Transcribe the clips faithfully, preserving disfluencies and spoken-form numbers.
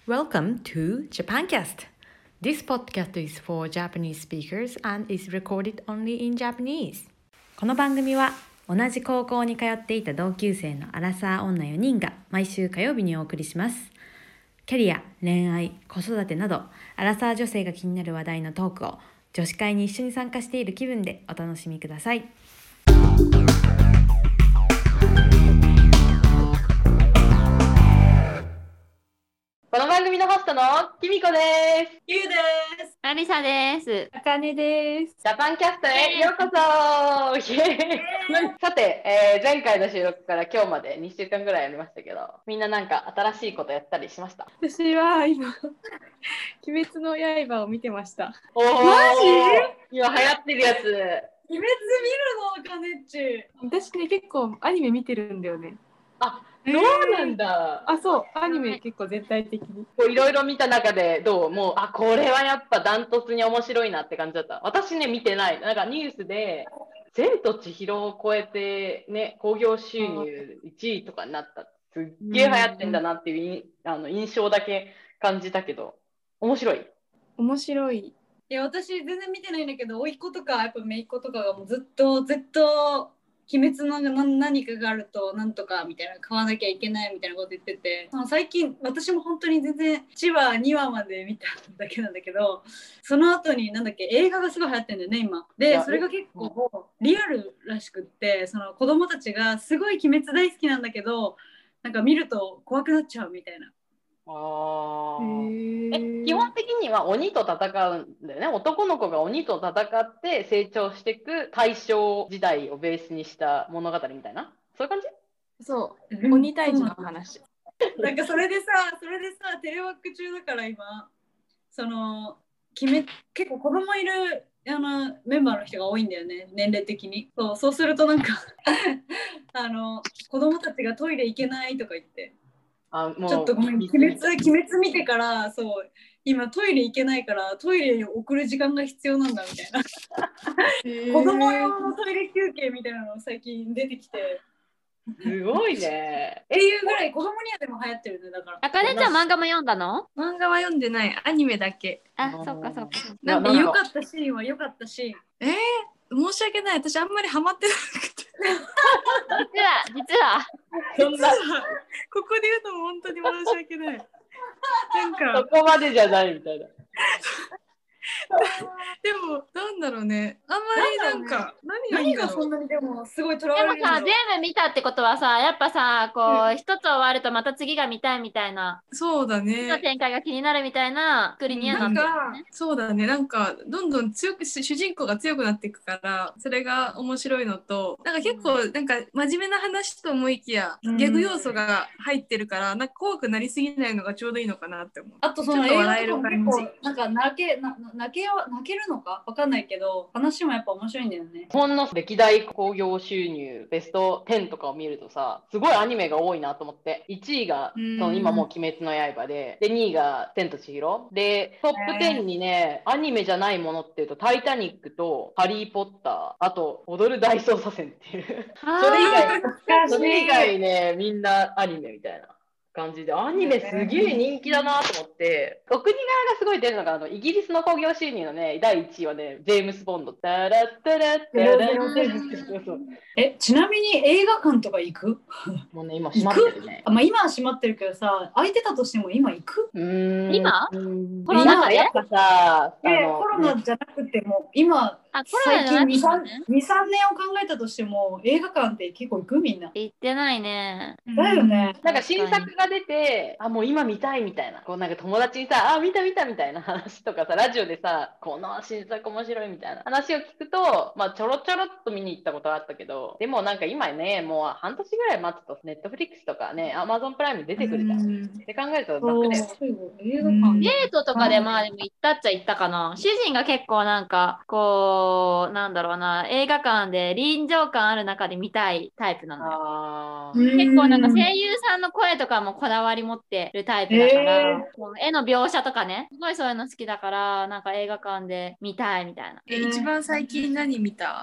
Welcome to Japancast. This podcast is for Japanese speakers and is recorded only in Japanese. この番組は同じ高校に通っていた同級生のアラサー女よにんが毎週火曜日にお送りします。キャリア、恋愛、子育てなどアラサー女性が気になる話題のトークを女子会に一緒に参加している気分でお楽しみください。 この番組のホストのきみこです。 ゆうです。 ありさです。 あかねです。 ジャパンキャストへようこそ。さて、えー、前回の収録から今日までにしゅうかんぐらいやりましたけど、みんななんか新しいことやったりしました？ 私は今鬼滅の刃を見てました。 おー、マジ？今流行ってるやつ。 鬼滅見るのかねっち。私ね結構アニメ見てるんだよね。 あ、そうなんだ。 あ、そう、アニメ結構全体的にいろいろ見た中でどう？もうあこれはやっぱダントツに面白いなって感じだった。私ね見てない。なんかニュースで千と千尋を超えてね興行収入いちいとかになった。すっげえ流行ってんだなっていう、うん、あの印象だけ感じたけど面白い。 面白い。いや私全然見てないんだけど、甥っ子とかやっぱ姪っ子とかがもうずっとずっと鬼滅の何かがあるとなんとかみたいな買わなきゃいけないみたいなこと言ってて、その最近私も本当に全然いちわにわまで見ただけなんだけど、その後になんだっけ映画がすごい流行ってるんだよね今で。それが結構リアルらしくって、その子供たちがすごい鬼滅大好きなんだけどなんか見ると怖くなっちゃうみたいな。 あえ基本的には鬼と戦うんだよね。男の子が鬼と戦って成長していく大正時代をベースにした物語みたいな、そういう感じ？ そう、鬼退治の話。なんかそれでさそれでさテレワーク中だから今その決め結構子供いるあのメンバーの人が多いんだよね、年齢的に。そう、そうするとなんかあの子供たちがトイレ行けないとか言ってあもうちょっとごめん、鬼滅、鬼滅見てからそう今トイレ行けないからトイレに送る時間が必要なんだみたいな子供用のトイレ休憩みたいなの最近出てきてすごいね。 英雄ぐらい子供にはでも流行ってるね。だからあかねちゃん漫画も読んだの？ 漫画は読んでない、アニメだけ。 あ、そっかそっか。 なんか良かったシーンは良かったシーン。えー、申し訳ない、私あんまりハマってなくて実は実はそんなここで言うのも本当に申し訳ない。なんかそこまでじゃないみたいなでもなんだろうね、あんまりなんか何がいいんだろう。何がそんなにでもすごい捉われるんだろう。 でもさ全部見たってことはさやっぱさこう、うん、一つ終わるとまた次が見たいみたいな。 そうだね。 の展開が気になるみたいな作りにはなってる、ね、 なんかそうだね、なんかどんどん強く主人公が強くなっていくからそれが面白いのと、なんか結構なんか真面目な話と思いきや、うん、ギャグ要素が入ってるからなんか怖くなりすぎないのがちょうどいいのかなって思う。あとその映画とかも結構なんか泣けな泣け泣けるのかわかんないけど話もやっぱ面白いんだよね。 日本の歴代興行収入ベストじゅうとかを見るとさすごいアニメが多いなと思って、いちいがその今もう鬼滅の刃で、でにいが千と千尋で、トップじゅうにねアニメじゃないものっていうとタイタニックとハリーポッター、あと踊る大捜査線っていうそれ以外それ以外ねみんなアニメみたいな感じで、アニメすげえ人気だなと思って、お国柄がすごい出るのがあのイギリスの興行収入のねだいいちいはねジェームス・ボンド。タラッタラッタラッタラえちなみに映画館とか行く？ もうね今閉まってるね。 あ、まあ、今は閉まってるけどさ空いてたとしても今行く？ うーん今？ コロナ禍でやっぱさあのコロナじゃなくても今最近にさんねんを考えたとしても映画館って結構行く？みんな行ってないね。 だよね。 なんか新作が出てあもう今見たいみたいな、こうなんか友達にさあ見た見たみたいな話とかさラジオでさこの新作面白いみたいな話を聞くとまあちょろちょろっと見に行ったことはあったけど、でもなんか今ねもう半年ぐらい待つとネットフリックスとかねアマゾンプライム出てくるじゃんって考えると楽だよ。 デートとかでまあでも行ったっちゃ行ったかな。主人が結構なんかこうなんだろうな映画館で臨場感ある中で見たいタイプなのよ。あ結構なんか声優さんの声とかもこだわり持ってるタイプだから、えー、もう絵の描写とかねすごいそういうの好きだからなんか映画館で見たいみたいな。 え一番最近何見た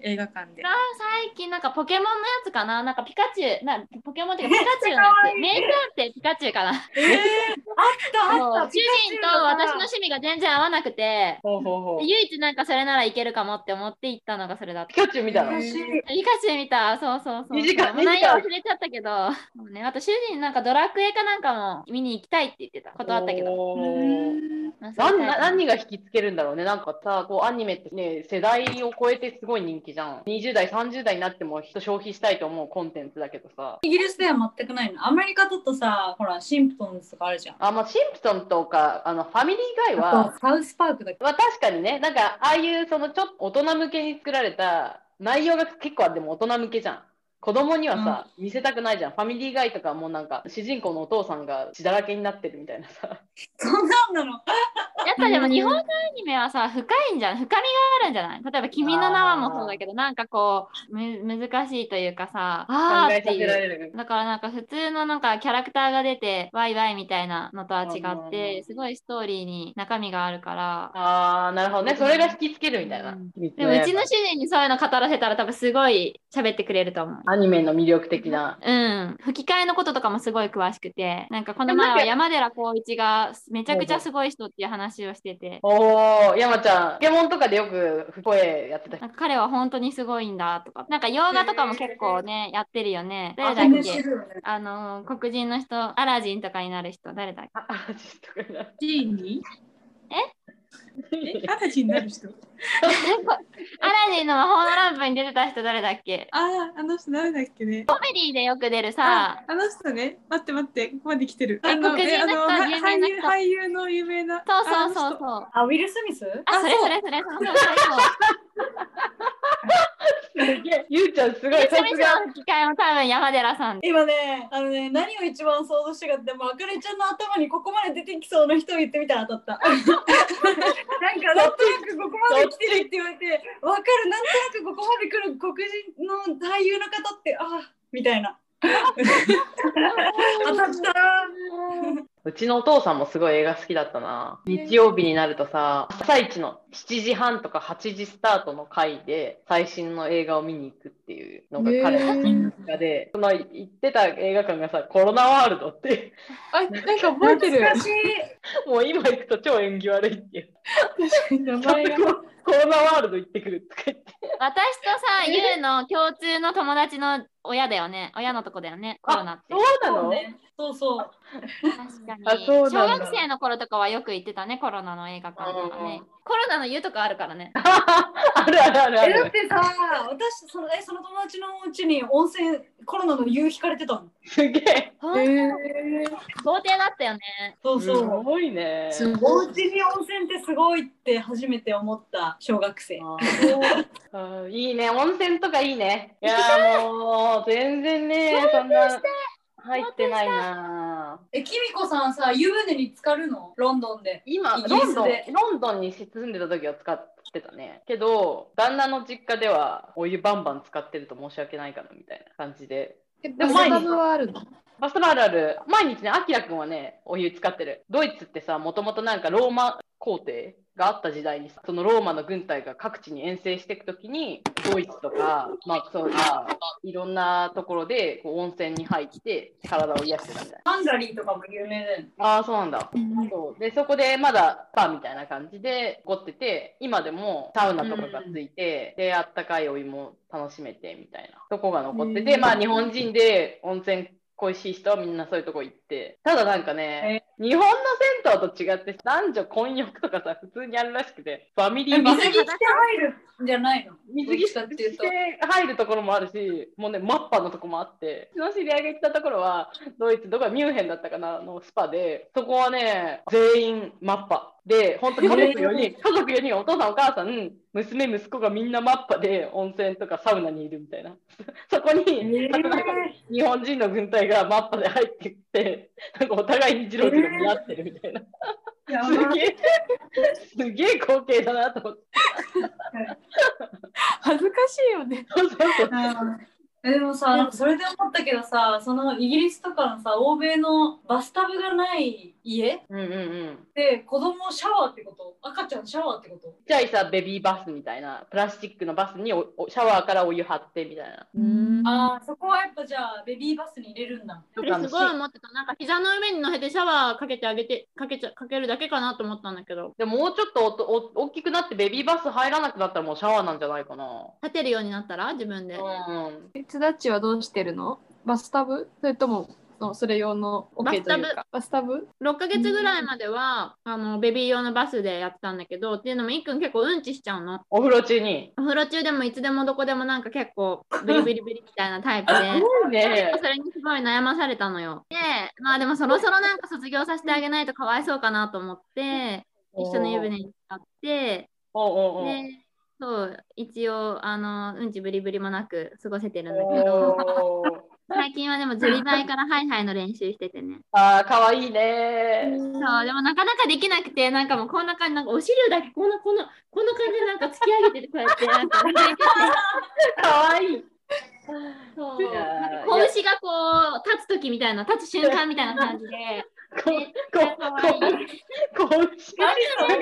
映画館で。 あ最近なんかポケモンのやつかな、なんかピカチュウ、なポケモンっていうかピカチュウのやつ、名探偵ピカチュウかな。 えー、あったあった。 主人と私の趣味が全然合わなくて、 ほうほうほう唯一なんかそれならいけるかもって思って行ったのがそれだった。 ピカチュウ見たの？ 私ピカチュウ見た、そうそうそう。 短いもう内容忘れちゃったけど、もうね、あと主人なんかドラクエかなんかも見に行きたいって言ってたことあったけど。 おーまあそういうタイプ何何が引きつけるんだろうね。なんかさ、こうアニメってね、世代を超えてすごい人気じゃん。にじゅう代、さんじゅう代になっても人消費したいと思うコンテンツだけどさ。 イギリスでは全くないの。アメリカだとさ、ほら、シンプトンズとかあるじゃん。 あ、まあ、シンプソンとか、あの、ファミリーガイあはと、、サウスパークだっけ。 まあ、確かにね、なんか、ああいう、その、ちょっと大人向けに作られた内容が結構でも大人向けじゃん。子供にはさ、見せたくないじゃん。ファミリーガイとかもうなんか、主人公のお父さんが血だらけになってるみたいなさ。 そんなんなの。 やっぱでも日本のアニメはさ、深いんじゃん、深みがあるんじゃない？例えば、君の名はもそうだけど、なんかこう、む難しいというかさ、あーって考えさせられいう。 る。 だからなんか普通のなんかキャラクターが出て、ワイワイみたいなのとは違って、すごいストーリーに中身があるから。 あー、なるほどね。それが引きつけるみたいな。 うんでもうちの主人にそういうの語らせたら多分すごい喋ってくれると思う。 アニメの魅力的な。 うん。吹き替えのこととかもすごい詳しくて、なんかこの前は山寺宏一がめちゃくちゃすごい人っていう話をしてて、 おー、山ちゃん、ポケモンとかでよく声やってた人。 なんか彼は本当にすごいんだとか、なんか洋画とかも結構ね、やってるよね。誰だっけ？あの、黒人の人、アラジンとかになる人、誰だっけ？ あ、あ、ちょっとこれな。 ジーニええアラジンになる人。 アラジンの魔法のランプに出てた人誰だっけ？ ああ、あの人誰だっけね。 コメディでよく出るさ、 あの人ね。待って待って、ここまで来てる。 えあの黒人の人えあの有名な人俳優俳優の有名な。 そうそうそうそう。 あ、ウィル・スミス？ あ、それそれそれ、そうそうそうそう。 すげえ、ゆうちゃんすごい、さめちゃめちすが。 ゃの吹き替えも多分山寺さん。 今ね、あのね、何を一番想像してかっても、あかりちゃんの頭にここまで出てきそうな人を言ってみたら当たった。なんか、なんとなくここまで来てるって言われて、わかる、なんとなくここまで来る黒人の俳優の方って、ああ、みたいな。当たった。 うちのお父さんもすごい映画好きだったな。日曜日になるとさ、朝一のしちじはんとかはちじスタートの回で最新の映画を見に行くっていうのが彼の日課で、その行ってた映画館がさ、コロナワールドっていう。 あ、なんか覚えてる。懐かしい。 もう今行くと超縁起悪いっていう。 確かに名前が。 コロナワールド行ってくるとか言って。 私とさ、ゆうの共通の友達の親だよね。親のとこだよね、コロナって。 そうなの？ そうそう。 確かに。 あ、そう小なんだ。 学生の頃とかはよく行ってたね、コロナの映画館とかね。コロナの湯とかあるからね。 あるあるあるあえ、だっる。 てさ、私その、え、その友達のうちに温泉、コロナの湯引かれてたの。 すげえ。 ほんと豪邸だったよね。 すそうそう。 ごいね。 すごい。お家に温泉ってすごいって初めて思った小学生。 あーいいね、温泉とかいいね。いやーもう全然ね、そんな入ってないな。 え、きみこさんさ、湯船に浸かるの？ロンドンで。 今イギロンドン、 リスでロンドンに住んでた時は使ってたね。けど、旦那の実家ではお湯バンバン使ってると申し訳ないかなみたいな感じで。 でも毎日はあるの？ バスタブあるある。毎日ね、アキラくんはね、お湯使ってる。ドイツってさ、もともとなんかローマ皇帝があった時代にさ、そのローマの軍隊が各地に遠征していくときに、ドイツとか、まあそうまあ、いろんなところでこう温泉に入って体を癒してたみたいな。 ハンガリーとかも有名だよね。 ああ、そうなんだ。そうで、そこでまだスパみたいな感じで残ってて、今でもサウナとかがついて、で、あったかいお湯も楽しめてみたいなとこが残ってて、まあ日本人で温泉恋しい人はみんなそういうとこ行って、ただなんかね、日本の銭湯と違って男女混浴とかさ、普通にあるらしくて、ファミリーバス水着着て入るんじゃないの？ 水着して入るところもあるし、もうね、マッパのとこもあって、うちの知り合いが行ったところは、ドイツ、どこかミュンヘンだったかな、のスパで、そこはね、全員マッパ。で、本当に家族よにん、家族よにん、お父さんお母さん、娘、息子がみんなマッパで温泉とかサウナにいるみたいな。そこに、えー、なんか日本人の軍隊がマッパで入ってきて、なんかお互いにジロジロ見合ってるみたいな。えー、すげえ、すげえ光景だなと思って。 恥ずかしいよね。 そうそうそう。 でもさ、なんかそれで思ったけどさ、そのイギリスとかのさ、欧米のバスタブがない家、 うんうんうん、 で子供シャワーってこと？赤ちゃんシャワーってこと？ ちっちゃいさベビーバスみたいなプラスチックのバスにおおシャワーからお湯張ってみたいな。 うんああ、そこはやっぱじゃあベビーバスに入れるんだ。 それすごい思ってた。なんか膝の上に乗せてシャワーかけてあげてかけちゃかけるだけかなと思ったんだけど。 でももうちょっとおお大きくなってベビーバス入らなくなったらもうシャワーなんじゃないかな。 立てるようになったら自分で。 うん。 つだっちはどうしてるの？バスタブ？それともそれ用のオケというかバスタブ？ ろっかげつぐらいまではあのベビー用のバスでやってたんだけど、っていうのもいっくん結構うんちしちゃうの。 お風呂中に。 お風呂中でもいつでもどこでもなんか結構ブリブリブリみたいなタイプでね、 それにすごい悩まされたのよ。でまあでもそろそろなんか卒業させてあげないとかわいそうかなと思って一緒の湯船に使っておうおうおう、 でそう一応あのうんちブリブリもなく過ごせてるんだけど最近はでもズリバイからハイハイの練習しててね。 ああ、かわいいね。 そう、でもなかなかできなくて、なんかもうこんな感じ、なんかお尻だけこんな、こんな、こんな感じでなんか突き上げてて、こうやって、なんかかわいい。 そう、なんか子牛がこう立つ時みたいな、立つ瞬間みたいな感じで。 こめっちゃかわいい。 こうしか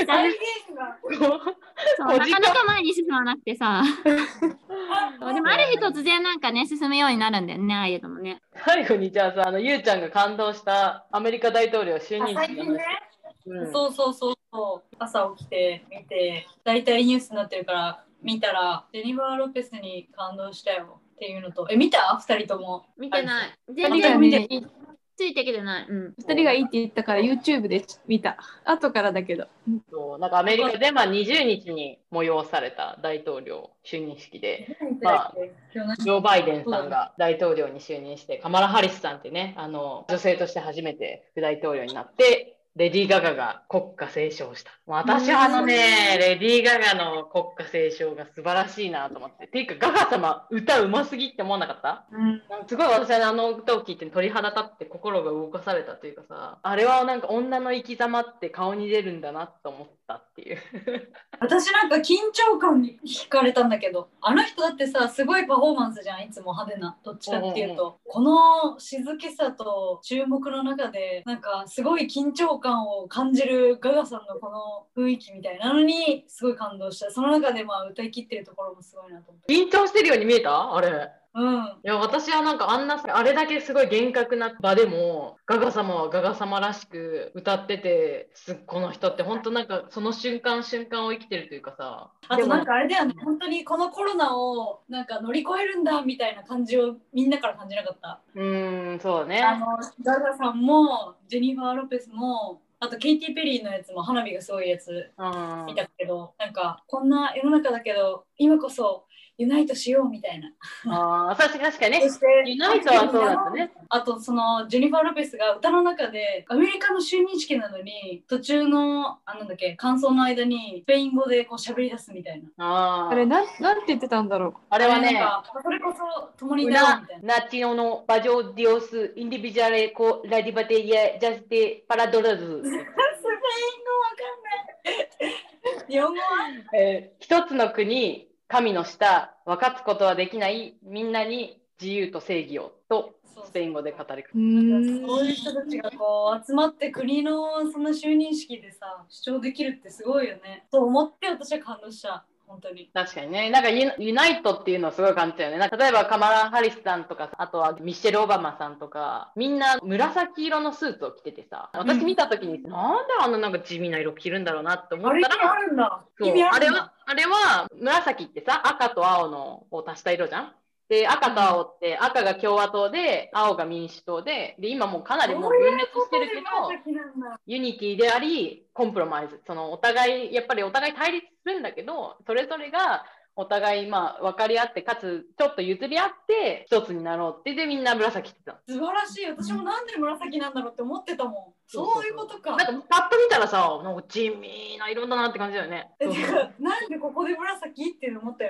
そうなかなか前に進まなくてさ。でもある日突然なんかね進むようになるんだよね、ああいうのもね。 最後にじゃあさ、あのゆうちゃんが感動したアメリカ大統領就任式の話、 ね、 うん、 そうそうそうそう、朝起きて見て大体ニュースになってるから見たらジェニファー・ロペスに感動したよっていうのと、え見た？ふたりとも見てない。 全然見てついてきてない。うん。 ふたりがいいって言ったから YouTube で見た。後からだけど。 そうなんかアメリカでまあにじゅうにちに催された大統領就任式で、まあ、ジョー・バイデンさんが大統領に就任して、カマラ・ハリスさんってね、あの女性として初めて副大統領になって、レディー・ガガが国歌斉唱した。私はあのね、レディー・ガガの国歌斉唱が素晴らしいなと思って。ていうか、ガガ様、歌うますぎって思わなかった？うん、すごい私はあの歌を聴いて鳥肌立って心が動かされたというかさ、あれはなんか女の生き様って顔に出るんだなと思ったっていう。 私なんか緊張感に惹かれたんだけど、あの人だってさ、すごいパフォーマンスじゃん、いつも派手な。どっちかっていうと、うんうん、この静けさと注目の中でなんかすごい緊張感を感じるガガさんのこの雰囲気みたいなのにすごい感動した。その中でまあ歌い切ってるところもすごいなと思って。 緊張してるように見えた？あれ。 うん、 いや私はなんかあんなあれだけすごい厳格な場でもガガ様はガガ様らしく歌ってて、すこの人って本当なんかその瞬間瞬間を生きてるというかさ。 あとなんかあれだよね、本当にこのコロナをなんか乗り越えるんだみたいな感じをみんなから感じなかった？ うーん、そうだね。 あのガガさんもジェニファー・ロペスもあとケイティ・ペリーのやつも花火がすごいやつ見たけど、なんかこんな世の中だけど今こそユナイトしようみたいな。 ああ、確かにね。ユナイトはそうだったね。 あとそのジェニファー・ロペスが歌の中でアメリカの就任式なのに途中のあなんだっけ感想の間にスペイン語でこう喋り出すみたいな。 ああれなんなんて言ってたんだろう。 あれはね、 それこそ共になるみたいな。 ナチノのバジョディオスインディビジュアレコラディバテイエジャステパラドラズ。スペイン語わかんない。日本語は、えー、一つの国神の下、分かつことはできないみんなに自由と正義をとスペイン語で語りかける。 そういう人たちがこう集まって国のその就任式でさ主張できるってすごいよねと思って私は感動した。本当に確かにね、なんか ユ, ユナイトっていうのはすごい感じたよね。なんか例えばカマラ・ハリスさんとか、あとはミッシェル・オバマさんとか、みんな紫色のスーツを着ててさ、私見た時に、うん、なんであんななんか地味な色着るんだろうなって思ったら、 あれあるんだ。 そうあれはあれは紫ってさ、赤と青のを足した色じゃん。で赤と青って、赤が共和党で青が民主党で、で今もうかなりもう分裂してるけど、ユニティでありコンプロマイズ、そのお互いやっぱりお互い対立するんだけど、それぞれがお互いまあ分かり合ってかつちょっと譲り合って一つになろうってでみんな紫着てた。 素晴らしい。私もなんで紫なんだろうって思ってたもん。そういうことか。 なんかパッと見たらさ、なんか地味な色だなって感じだよね。 えてかなんでここで紫って思ったよね。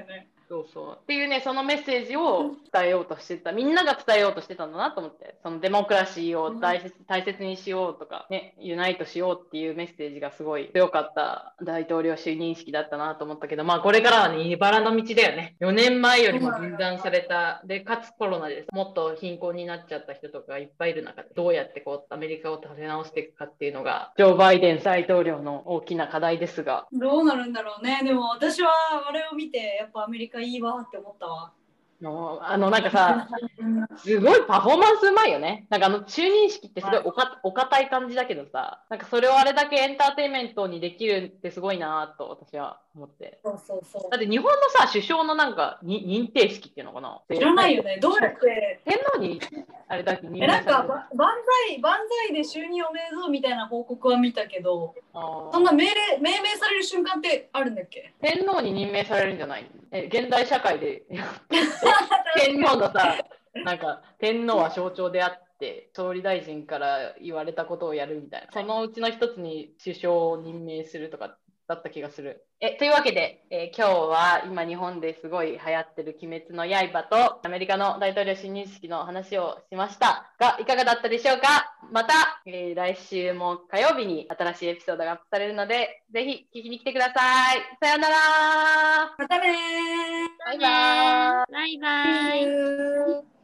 そうそうっていうね、そのメッセージを伝えようとしてた、みんなが伝えようとしてたんだなと思って、そのデモクラシーを大切、大切にしようとかね、ユナイトしようっていうメッセージがすごい強かった大統領就任式だったなと思ったけど、まあこれからはね、茨の道だよね。よねんまえよりも分断された、で、かつコロナでもっと貧困になっちゃった人とかがいっぱいいる中で、どうやってこうアメリカを立て直していくかっていうのが、ジョー・バイデン大統領の大きな課題ですが。 どうなるんだろうね。でも私はあれを見て、やっぱアメリカいいわって思ったわ。 のあのなんかさ、すごいパフォーマンスうまいよね。なんかあの就任式ってすごいおかお堅い感じだけどさ、なんかそれをあれだけエンターテインメントにできるってすごいなと私は思って。 そうそうそう。 だって日本のさ、首相のなんかに認定式っていうのかな、 知らないよね。どうやって天皇にあれだけえなんかば万歳万歳で就任おめでとうみたいな報告は見たけど、そんな命令命名される瞬間ってあるんだっけ？ 天皇に任命されるんじゃない？え現代社会で天皇のさ、なんか天皇は象徴であって総理大臣から言われたことをやるみたいな、そのうちの一つに首相を任命するとかだった気がする。えというわけで、えー、今日は今日本ですごい流行ってる鬼滅の刃とアメリカの大統領就任式の話をしましたが、いかがだったでしょうか。また、えー、来週も火曜日に新しいエピソードがアップされるので、ぜひ聞きに来てください。さようなら。 またねバイバイ。 バイバイ。